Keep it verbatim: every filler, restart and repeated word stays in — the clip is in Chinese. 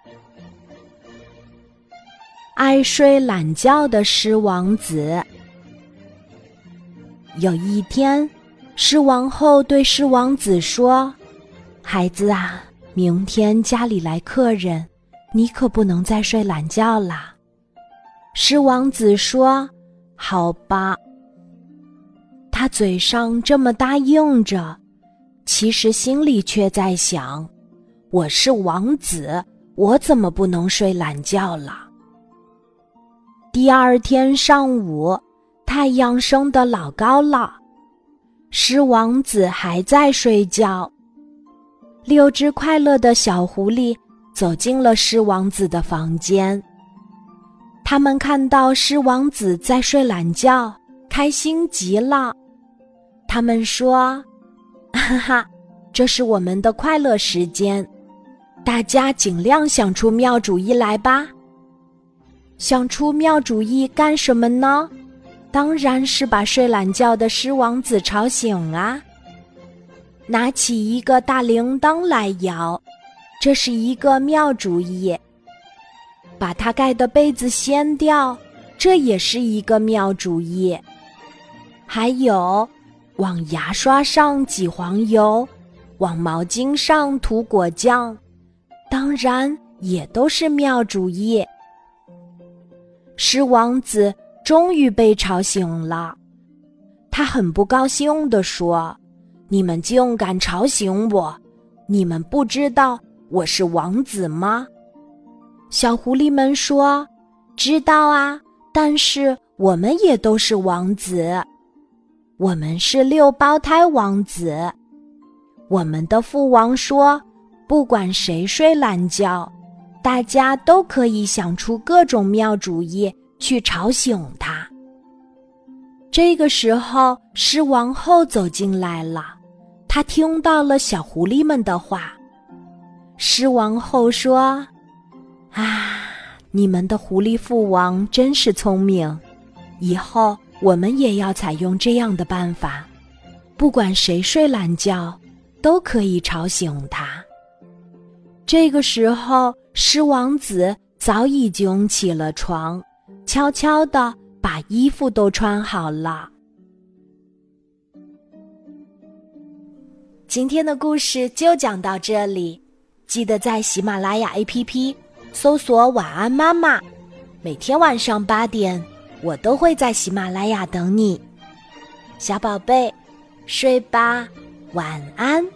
爱睡懒觉的狮王子。有一天，狮王后对狮王子说：孩子啊，明天家里来客人，你可不能再睡懒觉啦。狮王子说：好吧。他嘴上这么答应着，其实心里却在想，我是王子，我怎么不能睡懒觉了？第二天上午，太阳升得老高了，狮王子还在睡觉。六只快乐的小狐狸走进了狮王子的房间，他们看到狮王子在睡懒觉，开心极了。他们说：哈哈，这是我们的快乐时间，大家尽量想出妙主意来吧。想出妙主意干什么呢？当然是把睡懒觉的狮王子吵醒啊！拿起一个大铃铛来摇，这是一个妙主意。把他盖的被子掀掉，这也是一个妙主意。还有，往牙刷上挤黄油，往毛巾上涂果酱，当然也都是妙主意。狮王子终于被吵醒了，他很不高兴地说：你们竟敢吵醒我，你们不知道我是王子吗？小狐狸们说：知道啊，但是我们也都是王子，我们是六胞胎王子。我们的父王说，不管谁睡懒觉，大家都可以想出各种妙主意去吵醒他。这个时候，狮王后走进来了，她听到了小狐狸们的话。狮王后说：啊，你们的狐狸父王真是聪明，以后我们也要采用这样的办法，不管谁睡懒觉，都可以吵醒他。这个时候，狮王子早已经起了床，悄悄地把衣服都穿好了。今天的故事就讲到这里，记得在喜马拉雅 A P P 搜索晚安妈妈，每天晚上八点，我都会在喜马拉雅等你。小宝贝，睡吧，晚安。